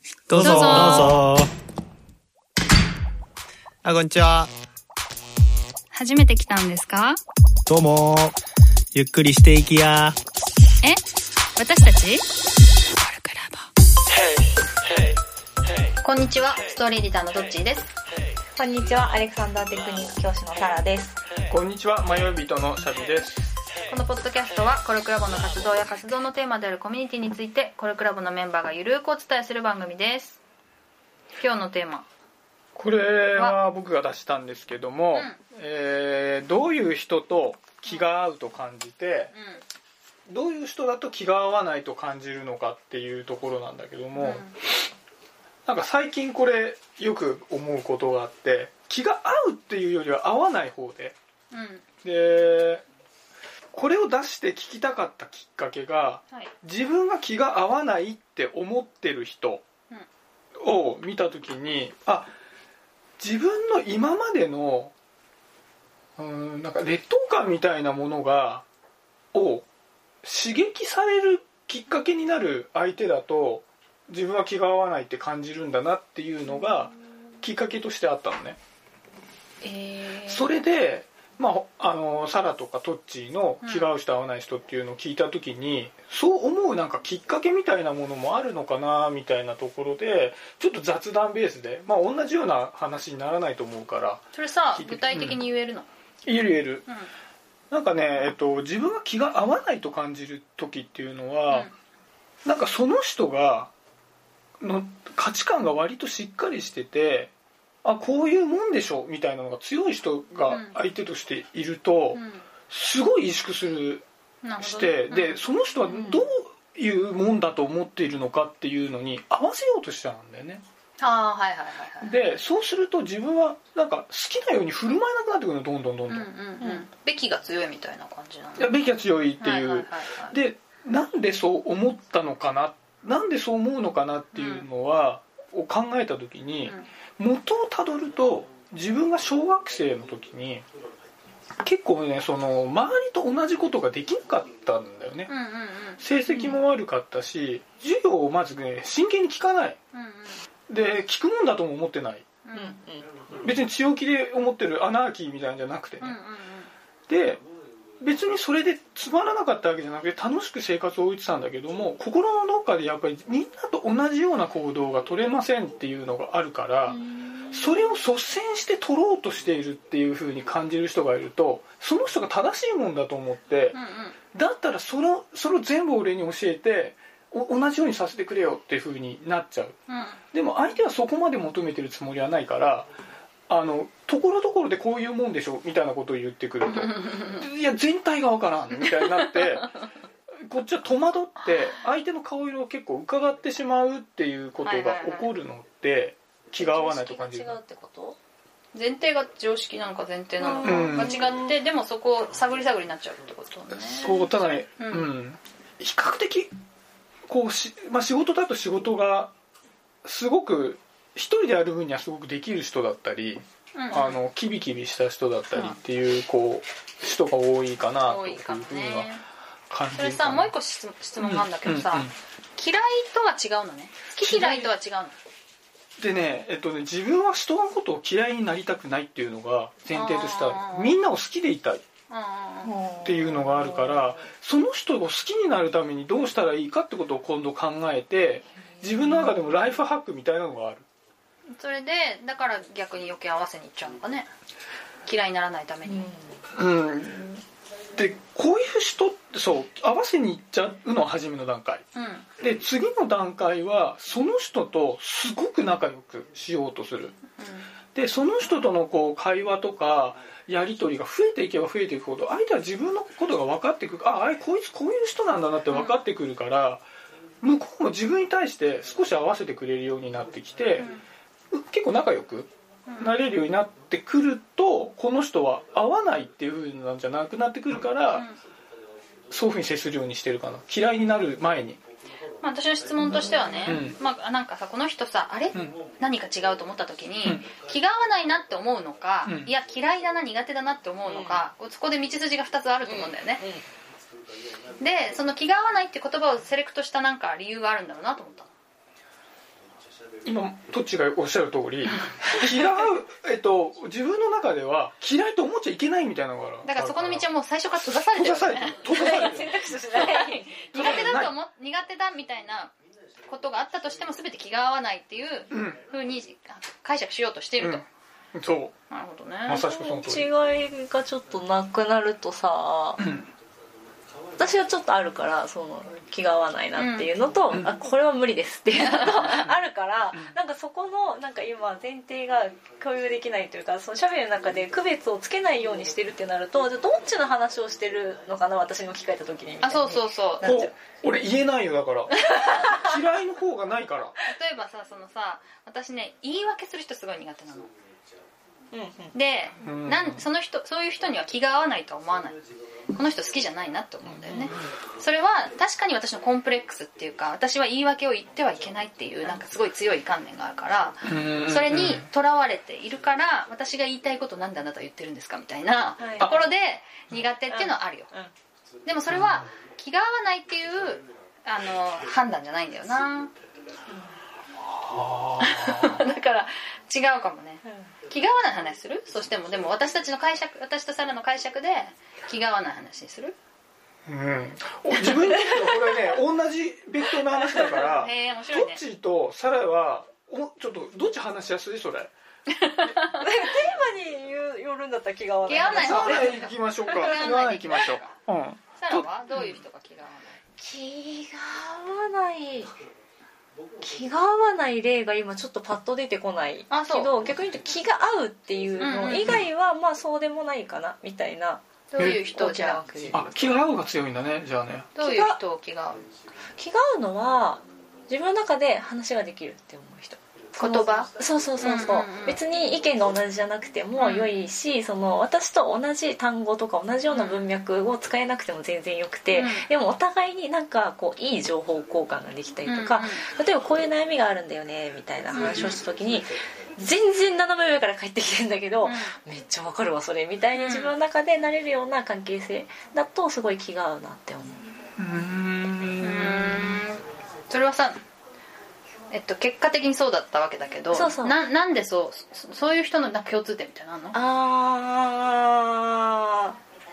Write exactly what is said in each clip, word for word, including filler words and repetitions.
どうぞどうぞ。あ、こんにちは。 初めて来たんですか？ どうも。ゆっくりしていきや。 え？私たち？ こんにちは、ストーリーエディターのどっちーです。 こんにちは、アレクサンダーテクニック教師のサラです。 こんにちは、迷い人のシャビです。 このポッドキャストはコルクラボの活動や活動のテーマであるコミュニティについてコルクラボのメンバーがゆるくお伝えする番組です。今日のテーマ、 これは僕が出したんですけども、 うんえー、どういう人と気が合うと感じて、うん、どういう人だと気が合わないと感じるのかっていうところなんだけども、うん、なんか最近これよく思うことがあって、気が合うっていうよりは合わない方で、うん、でこれを出して聞きたかったきっかけが、はい、自分が気が合わないって思ってる人を見た時に、あ、自分の今までのうーんなんか劣等感みたいなものがを刺激されるきっかけになる相手だと自分は気が合わないって感じるんだなっていうのがきっかけとしてあったのね。えー、それでまあ、あのサラとかトッチーの気が合う人合わない人っていうのを聞いた時に、うん、そう思うなんかきっかけみたいなものもあるのかなみたいなところでちょっと雑談ベースで、まあ、同じような話にならないと思うから。 それさ具体的に言えるの？ うん、言える言える、うん、なんかね、えっと、自分が気が合わないと感じる時っていうのは、うん、なんかその人がの価値観が割としっかりしてて、あ、こういうもんでしょみたいなのが強い人が相手としていると、うん、すごい萎縮するして、うん、でその人はどういうもんだと思っているのかっていうのに合わせようとしちゃうんだよね。 あ、はいはいはいはい。でそうすると自分はなんか好きなように振る舞えなくなってくるの、どんどんどんどん、うんうんうん、 べきが強いみたいな感じなの。 いや、べきが強いっていう、はいはいはいはい、でなんでそう思ったのかな、なんでそう思うのかなっていうのは、うん、を考えた時に、うん、元をたどると自分が小学生の時に結構ね、その周りと同じことができなかったんだよね、うんうんうん、成績も悪かったし、授業をまずね真剣に聞かない、うんうん、で聞くもんだとも思ってない、うんうん、別に強気で思ってるアナーキーみたいなんじゃなくてね、うんうんうん、で別にそれでつまらなかったわけじゃなくて楽しく生活を送ってたんだけども、心のどっかでやっぱりみんなと同じような行動が取れませんっていうのがあるから、それを率先して取ろうとしているっていう風に感じる人がいると、その人が正しいもんだと思って、うんうん、だったらそのそれを全部俺に教えて同じようにさせてくれよっていう風になっちゃう、うん、でも相手はそこまで求めてるつもりはないから、あのところどころでこういうもんでしょみたいなことを言ってくるといや全体がわからんみたいになってこっちは戸惑って相手の顔色を結構伺ってしまうっていうことが起こるので、気が合わないと感じる。 常識が違うってこと？前提が常識なのか前提なのかが違って、でもそこを探り探りになっちゃうってことね。 そう、ただね、うんうん、比較的こうし、まあ、仕事だと仕事がすごく一人でやる分にはすごくできる人だったり、うんうん、あのキビキビした人だったりっていう、こう人が多いかなというふうには感じる。それさ、もう一個質問があるんだけどさ、うんうんうん、嫌いとは違うのね。好き嫌いとは違うのでね、えっとね、自分は人のことを嫌いになりたくないっていうのが前提としてある。みんなを好きでいたいっていうのがあるから、その人を好きになるためにどうしたらいいかってことを今度考えて、自分の中でもライフハックみたいなのがある。 それでだから逆に余計合わせにいっちゃうのかね、嫌いにならないために。 うん、うん、でこういう人ってそう合わせにいっちゃうのは初めの段階、うん、で次の段階はその人とすごく仲良くしようとする、うん、でその人とのこう会話とかやり取りが増えていけば増えていくほど相手は自分のことが分かってくる。ああ、こいつこういう人なんだなって分かってくるから、うん、向こうも自分に対して少し合わせてくれるようになってきて、うん、結構仲良くなれるようになってくると、この人は合わないっていう風なんじゃなくなってくるから、うん、そういう風に接するようにしてるかな、嫌いになる前に。 まあ、私の質問としてはね、うん、まあ、なんかさこの人さあれ、うん、何か違うと思った時に、うん、気が合わないなって思うのか、うん、いや嫌いだな苦手だなって思うのか、うん、そこで道筋がふたつあると思うんだよね、うんうん、でその気が合わないって言葉をセレクトしたなんか理由があるんだろうなと思ったの。 今トッチがおっしゃる通り嫌う、えっと、自分の中では嫌いと思っちゃいけないみたいなのがある。 だからそこの道はもう最初から閉ざされてる、 閉ざされてる閉ざされてる選択肢としてない苦手だと思っ苦手だみたいなことがあったとしても全て気が合わないっていうふうに解釈しようとしていると、 うん、そうなるほどね。 まさしくその通り。 違いがちょっとなくなるとさ、うん私はちょっとあるからその気が合わないなっていうのと、うん、あこれは無理ですっていうのとあるから、うん、なんかそこのなんか今前提が共有できないというかその喋りの中で区別をつけないようにしてるってなるとじゃどっちの話をしてるのかな私に置き換えた時にみたいな。 あそうそうそう俺言えないよだから嫌いの方がないから。 例えばさそのさ私ね言い訳する人すごい苦手なの。 うんうん、 で、うん、なんその人そういう人には気が合わないとは思わない。この人好きじゃないなって思うんだよね。それは確かに私のコンプレックスっていうか私は言い訳を言ってはいけないっていうなんかすごい強い観念があるからそれにとらわれているから私が言いたいことなんであなたは言ってるんですかみたいなところで苦手っていうのはあるよ。でもそれは気が合わないっていうあの判断じゃないんだよな。だから違うかもね。気が合わない話する？そしてもでも私たちの解釈私とサラの解釈で気が合わない話する？ うん、自分でこれね同じベクトルの話だからへー面白いね。 トッチーとサラはおちょっとどっち話しやすいそれテーマによるんだったら気が合わない。 気が合わないサラ行きましょうか。 気が合わない行きましょう、うん、 サラはどういう人が気が合わない？ 気が合わない気が合わない例が今ちょっとパッと出てこないけど逆に言うと気が合うっていうの以外はまあそうでもないかなみたいな。 どういう人じゃあ気が合うが強いんだねじゃあね。 どういう人を気が合う？ 気が合うのは自分の中で話ができるって思う人。 言葉？ そうそうそうそう、うんうんうん、別に意見が同じじゃなくても良いし、うん、その私と同じ単語とか同じような文脈を使えなくても全然よくて、うん、でもお互いになんかこういい情報交換ができたりとか、うんうん、例えばこういう悩みがあるんだよねみたいな話をした時に、うんうん、全然斜め上から帰ってきてるんだけど、うん、めっちゃわかるわそれみたいに自分の中でなれるような関係性だとすごい気が合うなって思う。 うーんそれはさえっと、結果的にそうだったわけだけどそうそうな, なんでそうそういう人の共通点みたいなの？ あ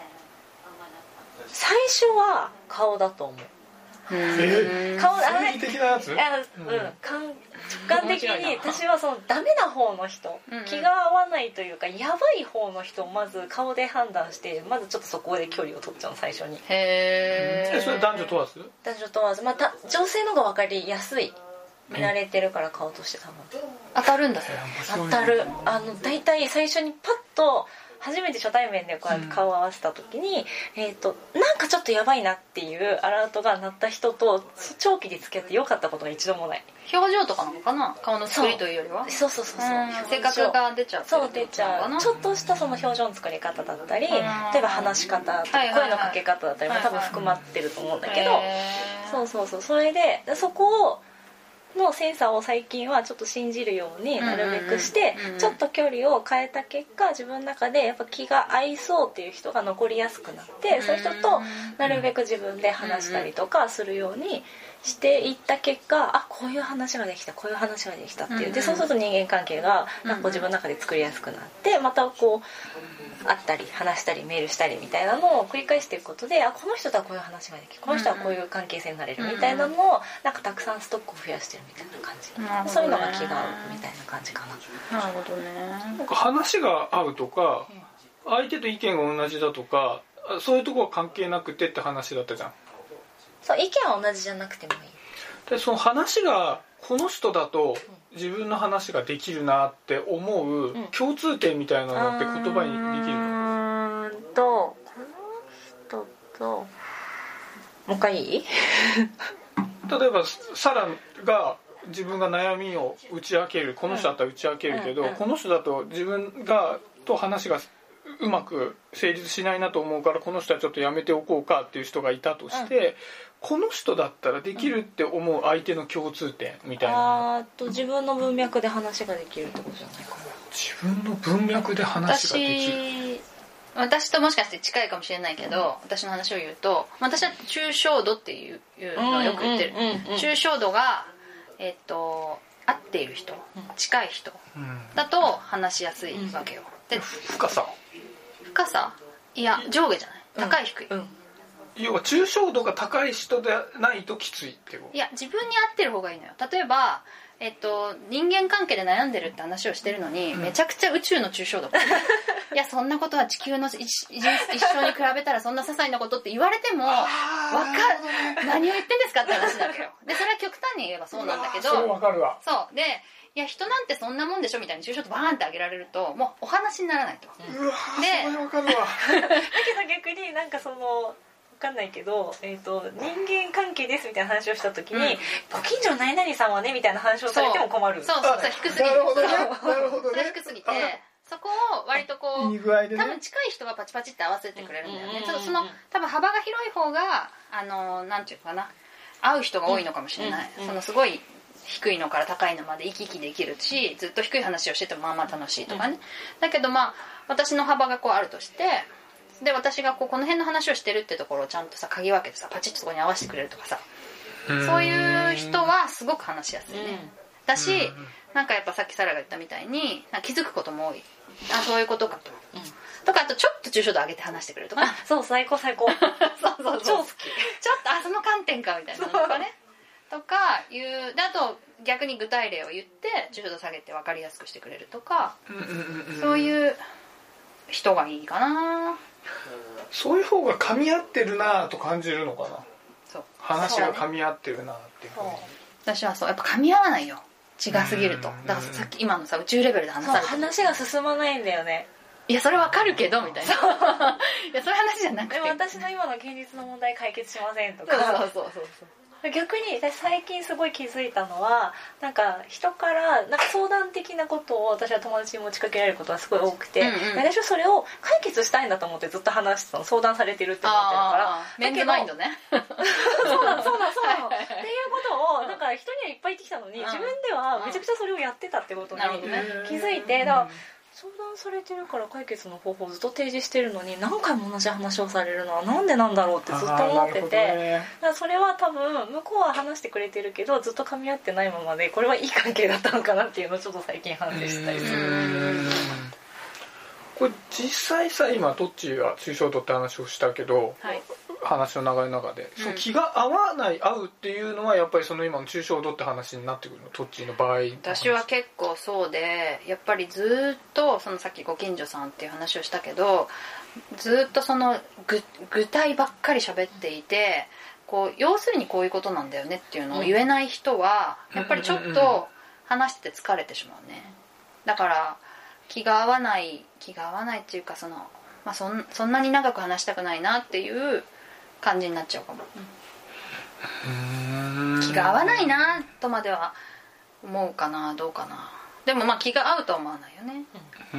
最初は顔だと思う。 えー、 顔あ生理的なやつ？ いや、うん、直感的に私はそのダメな方の人、うんうん、気が合わないというかやばい方の人をまず顔で判断してまずちょっとそこで距離を取っちゃうの最初に。 へーそれ男女問わず？ 男女問わず、また女性の方が分かりやすい。見慣れてるから顔として多分当たるんだそれ。 当たる。あの大体最初にパッと初めて初対面でこうやって顔を合わせた時に、うん、えーとなんかちょっとやばいなっていうアラートが鳴った人と長期で付き合って良かったことが一度もない。 表情とかなのかな？顔の作りというよりはそうそうそうそう、うん、 性格が出ちゃう。 そう出ちゃう。ちょっとしたその表情の作り方だったり、例えば話し方とか声のかけ方だったりも多分含まってると思うんだけど、そうそうそうそれでそこをのセンサーを最近はちょっと信じるようになるべくしてちょっと距離を変えた結果自分の中でやっぱ気が合いそうっていう人が残りやすくなってそういう人となるべく自分で話したりとかするようにしていった結果あこういう話ができたこういう話ができたっていうでそうすると人間関係がなんかこう自分の中で作りやすくなってまたこう会ったり話したりメールしたりみたいなのを繰り返していくことであこの人とはこういう話ができるこの人はこういう関係性になれるみたいなのをなんかたくさんストックを増やしてるみたいな感じ、ね、そういうのが気が合うみたいな感じかな。 なるほどね。 なんか話が合うとか相手と意見が同じだとかそういうところは関係なくてって話だったじゃん。 そう意見は同じじゃなくてもいい。 でその話がこの人だと自分の話ができるなって思う共通点みたいなのって言葉にできるの？ うーんとこの人ともう一回いい？ 例えばサラが自分が悩みを打ち明けるこの人だったら打ち明けるけど、うんうんうん、この人だと自分がと話がうまく成立しないなと思うからこの人はちょっとやめておこうかっていう人がいたとして、うん、この人だったらできるって思う相手の共通点みたいな、 あと自分の文脈で話ができるってことじゃないかな。 自分の文脈で話ができる。 私ともしかして近いかもしれないけど、うん、私の話を言うと私は抽象度っていうのをよく言ってる、うんうんうんうん、抽象度が、えっと、 合っている人、近い人だと話しやすいわけよ、で深さ深さいや上下じゃない、高い低い、うんうん、 要は抽象度が高い人でないときついってこと。 いや自分に合ってる方がいいのよ。例えば、えっと、人間関係で悩んでるって話をしてるのに、うん、めちゃくちゃ宇宙の抽象度いやそんなことは地球の一一緒に比べたらそんな些細なことって言われても分かる、何を言ってんですかって話だけよ。でそれは極端に言えばそうなんだけど、 そう分かるわ。 そうでいや人なんてそんなもんでしょみたいに抽象度バーンって上げられるともうお話にならないと、 うわでそれ分かるわだけど逆になんかその分かんないけど、えーと、人間関係ですみたいな話をした時に、うん、ご近所の何々さんはねみたいな話をされても困る。 そうそうそう低すぎる。 なるほどね。なるほどね。 それ低すぎてそこを割とこう、 いい具合でね、 多分近い人がパチパチって合わせてくれるんだよね、うん、その多分幅が広い方があのなんていうかな合う人が多いのかもしれない、うん、そのすごい低いのから高いのまで行き来できるしずっと低い話をしててもまあまあ楽しいとかね、うん、だけどまあ私の幅がこうあるとしてで私がこうこの辺の話をしてるってところをちゃんとさ嗅ぎ分けてさパチッとそこに合わせてくれるとかさそういう人はすごく話しやすいね、うん、だしなんかやっぱさっきサラが言ったみたいに気づくことも多い。あそういうことかと、うん、とかあとちょっと抽象度上げて話してくれるとかそう最高最高そうそうそう超好きちょっとあその観点かみたいなのとかねとかいうであと逆に具体例を言って抽象度下げて分かりやすくしてくれるとか、うんうんうん、そういう人がいいかな。 そういう方が噛み合ってるなと感じるのかな。 そう話が噛み合ってるなっていうふうに。 私はそうやっぱ噛み合わないよ違すぎると。だからさっき今のさ宇宙レベルで話されて話が進まないんだよね。 いやそれわかるけどみたいないやそういう話じゃなくてでも私の今の現実の問題解決しませんとかそうそうそうそう逆に私最近すごい気づいたのはなんか人からなんか相談的なことを私は友達に持ちかけられることがすごい多くて、うんうん、私はそれを解決したいんだと思ってずっと話してたの。相談されてるって思ってるからメンズマインドねそうなのそうなのそうなのっていうことをなんか人にはいっぱい言ってきたのに自分ではめちゃくちゃそれをやってたってことに気づいて、だから相談されてるから解決の方法をずっと提示してるのに何回も同じ話をされるのはなんでなんだろうってずっと思ってて、ね、だからそれは多分向こうは話してくれてるけどずっと噛み合ってないままでこれはいい関係だったのかなっていうのをちょっと最近反省したりする。 これ実際さ今トッチーが抽象度って話をしたけど、はい、話の流れの中で、うん、その気が合わない合うっていうのはやっぱりその今の抽象度って話になってくるのトッチーの場合。 私は結構そうでやっぱりずっとそのさっきご近所さんっていう話をしたけどずっとその具具体ばっかり喋っていてこう要するにこういうことなんだよねっていうのを言えない人は、うん、やっぱりちょっと話してて疲れてしまうね。だから気が合わない気が合わないっていうかその、まあ、そん、そんなに長く話したくないなっていう感じになっちゃうかも、うん、気が合わないなとまでは思うかなどうかな。でもまあ気が合うとは思わないよね。うん、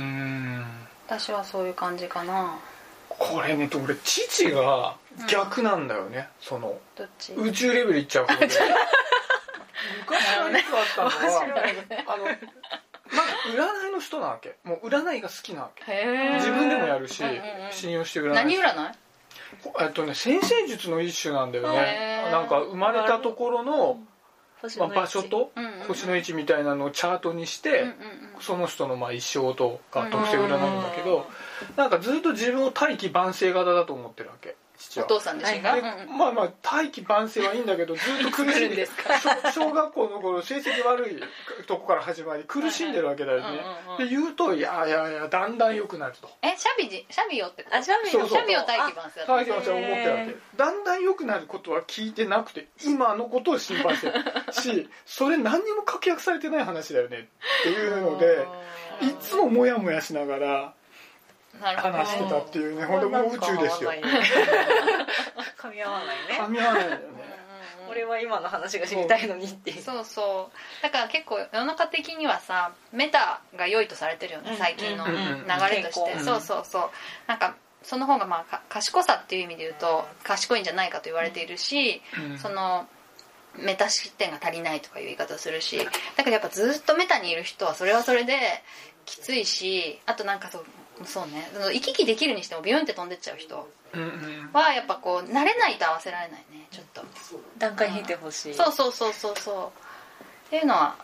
私はそういう感じかな。 これね俺父が逆なんだよね、うん、そのどっち宇宙レベルいっちゃう方で昔からよくあったのは、ね、あのまず占いの人なわけ。もう占いが好きなわけ。自分でもやるし、うんうんうん、信用して占い。 何占い？ えっとね先生術の一種なんだよね。なんか生まれたところの、まあ、場所と星の位置みたいなのをチャートにして、うんうんうん、その人のまあ一生とか特性を占うんだけど、なんかずっと自分を大器晩成型だと思ってるわけ。 お父さん自身が、 でまあまあ大器晩成はいいんだけどずっと苦しんで小学校の頃成績悪いとこから始まり苦しんでるわけだよね、うんうんうん、で言うといやいやいやだんだん良くなると。 えシャビジシャビよってこと？ あシャビよシャビよ大器晩成だった。 大器晩成は思ってるわけ。だんだん良くなることは聞いてなくて今のことを心配してるしそれ何にも確約されてない話だよねっていうのでいつもモヤモヤしながら話してたっていうね。ほんともう宇宙ですよ。 噛み合わないね。 噛み合わないよね。 俺は今の話が知りたいのにっていう。 そうそうだから結構世の中的にはさメタが良いとされてるよね最近の流れとして、うんうん、そうそうそうなんかその方がまあ賢さっていう意味で言うと賢いんじゃないかと言われているし、うん、そのメタ視点が足りないとかいう言い方をするしだけどやっぱずっとメタにいる人はそれはそれできついしあとなんかそうそうね行き来できるにしてもビュンって飛んでっちゃう人はやっぱこう慣れないと合わせられないね。ちょっと段階引いてほしい。 そうそうそうそうそうっていうのは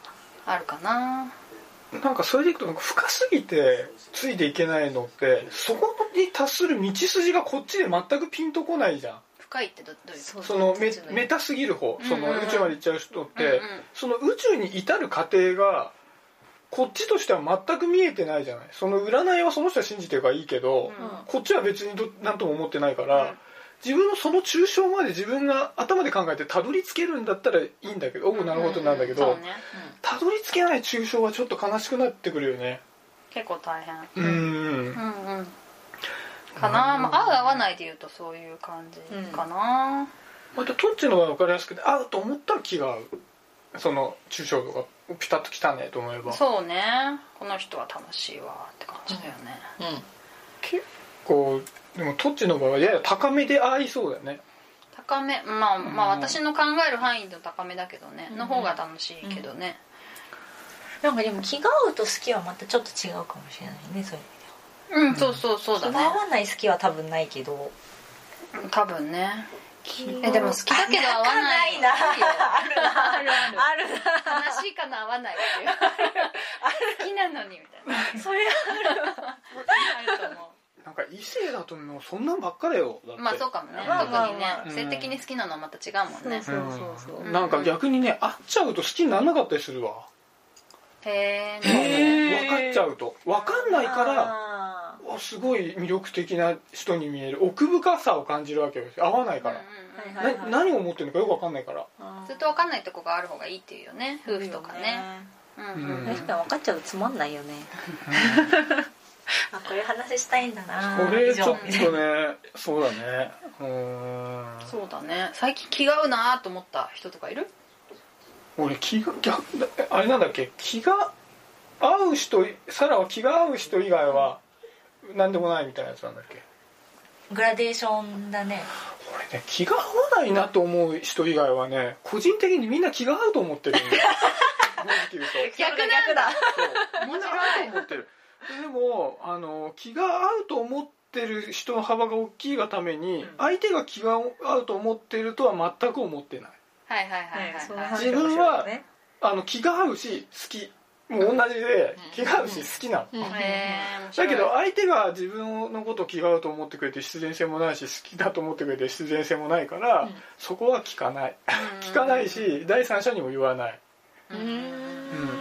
あるかな。 なんかそれでいくとなんか深すぎてついていけないのってそこに達する道筋がこっちで全くピンとこないじゃん。 深いってどどういうこと？ そのメメタすぎる方、その宇宙まで行っちゃう人って、うんうん、その宇宙に至る過程がこっちとしては全く見えてないじゃない。その占いはその人は信じてるからいいけど、うん、こっちは別にど何とも思ってないから、うん、自分のその抽象まで自分が頭で考えてたどり着けるんだったらいいんだけど、お、なるほどなんだけど、たどり着けない抽象はちょっと悲しくなってくるよね。 結構大変。 うん、うんうんかな、まあ、合う合わないでいうとそういう感じかな。 またトッチの方が分かりやすくて、合うと思ったら気が合う。その抽象度がピタッときたねと思えば。そうね、この人は楽しいわって感じだよね。うんうん、 結構でもトッチの場合はやや高めで合いそうだよね。 高め、まあまあ私の考える範囲の高めだけどね、うん、の方が楽しいけどね、 うん、なんかでも気が合うと好きはまたちょっと違うかもしれないね、そういう意味では。うん、そうそうそうだね。 気が合わない好きは多分ないけど、 多分ね。えでも好きだけど合わないな。あるなあるある悲しいかな合わないっていう好きなのにみたいな。 それあるあると思う。 なんか異性だともうそんなんばっかだよ。だってまあそうかもね、まあまあまあ、特にね、うん、性的に好きなのはまた違うもんね。 そうそうそう、 うん、なんか逆にね会っちゃうと好きにならなかったりするわ。 へえ。 分かっちゃうと分かんないからすごい魅力的な人に見える、奥深さを感じるわけよ。合わないから、うんうんうん、な何を思ってるのかよく分かんないから。 ずっと分かんないとこがある方がいいっていうよね、夫婦とかね。 うんうん、確かに分かっちゃうとつまんないよね。あ、こういう話したいんだな。 これちょっとね、そうだね。うーん。 そうだね。最近気が合うなと思った人とかいる？ 俺気が逆あれなんだっけ、気が合う人、サラは気が合う人以外は何でもないみたいなやつなんだっけ。 グラデーションだね。 俺ね、気が合わないなと思う人以外はね、個人的にみんな気が合うと思ってるんだよ。 逆だ逆だ。 みんな合うと思ってる。でもあの気が合うと思ってる人の幅が大きいがために、相手が気が合うと思ってるとは全く思ってない。 はいはいはいはい。 自分はあの気が合うし好き、もう同じで気が合うし好きなの。 うんうん、 だけど相手が自分のことを気が合うと思ってくれて必然性もないし、好きだと思ってくれて必然性もないから、うん、そこは聞かない。聞かないし第三者にも言わない。うん。うん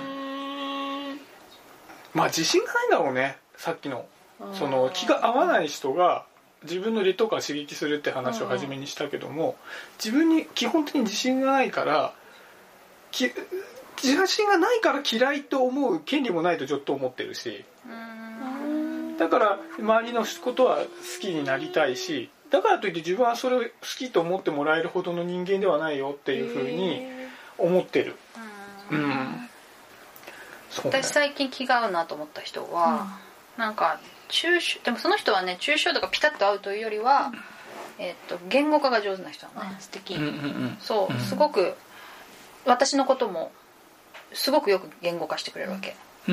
まあ自信がないんだろうね。さっきのその気が合わない人が自分の劣等感を刺激するって話を初めにしたけども、自分に基本的に自信がないからき自信がないから嫌いと思う権利もないとちょっと思ってるし、だから周りのことは好きになりたいし、だからといって自分はそれを好きと思ってもらえるほどの人間ではないよっていうふうに思ってる。うん私最近気が合うなと思った人は、うん、なんか抽象でもその人はね抽象度がピタッと合うというよりは、うんえー、と言語化が上手な人なのね。 素敵、 うんうんうん、そうすごく私のこともすごくよく言語化してくれるわけ、うん、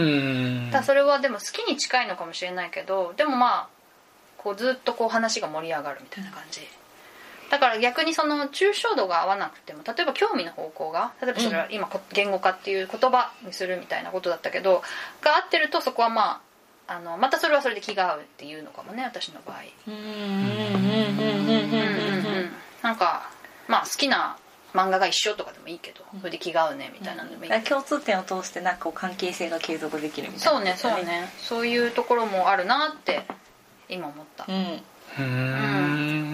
だそれはでも好きに近いのかもしれないけど、でもまあこうずっとこう話が盛り上がるみたいな感じだから、逆にその抽象度が合わなくても、例えば興味の方向が、例えばそれは今言語化っていう言葉にするみたいなことだったけどが合ってると、そこはまああのまたそれはそれで気が合うっていうのかもね、私の場合。なんかまあ好きな漫画が一緒とかでもいいけど、それで気が合うねみたいなのでもいい、うん、 共通点を通してなんか関係性が継続できるみたいな、 ね、そうねそうね、そういうところもあるなって今思った。うんうん、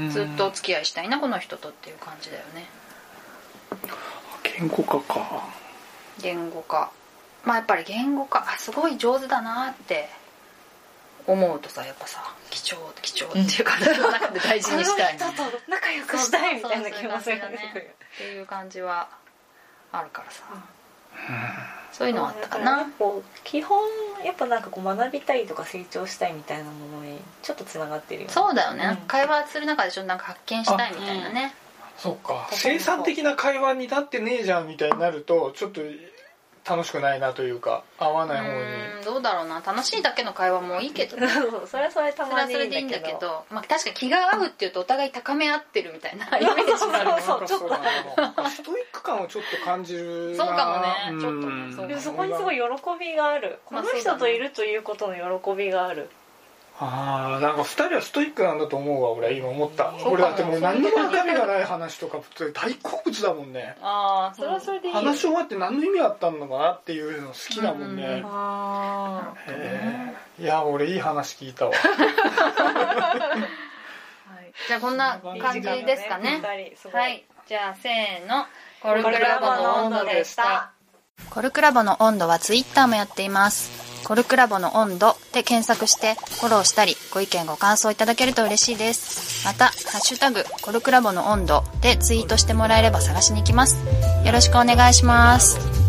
ずっとお付き合いしたいなこの人とっていう感じだよね。 言語化か。 言語化まあやっぱり言語化あすごい上手だなって思うとさ、やっぱさ貴重貴重っていう感じの中で大事にしたい、ね、 この人と仲良くしたいみたいな気もするねっていう感じはあるからさ、うん、そういうのはあったかな。 こう基本やっぱなんかこう学びたいとか成長したいみたいなものにちょっとつながってるよね。 そうだよね、うん、会話する中でちょっとなんか発見したいみたいなね。 そうか、生産的な会話になってねえじゃんみたいになるとちょっと楽しくないなというか合わない方に。 うんどうだろうな、楽しいだけの会話もいいけどねそれはそれたそれはまにそれでいいんだけどけど、まあ、確かに気が合うっていうとお互い高め合ってるみたいなイメージがあるそうちょっとなんかストイック感をちょっと感じるな。 そうかもねうんちょっとねそうでもそこにすごい喜びがある、この人といるということの喜びがある。 ああ、なんかふたりはストイックなんだと思うわ。俺今思った。 そうかも俺だってもう何にも中身がない話とか大好物だもんね。 ああそれはそれでいいよ、 話し終わって何の意味あったのかなっていうの好きだもんね。 うんあへえ。いや俺いい話聞いたわ。 じゃあこんな感じですかね。 ははいい、じゃあせーの、コルクラボの温度でした。 コルクラボの温度はツイッターもやっています。コルクラボの温度で検索してフォローしたりご意見ご感想いただけると嬉しいです。またハッシュタグコルクラボの温度でツイートしてもらえれば探しに行きます。よろしくお願いします。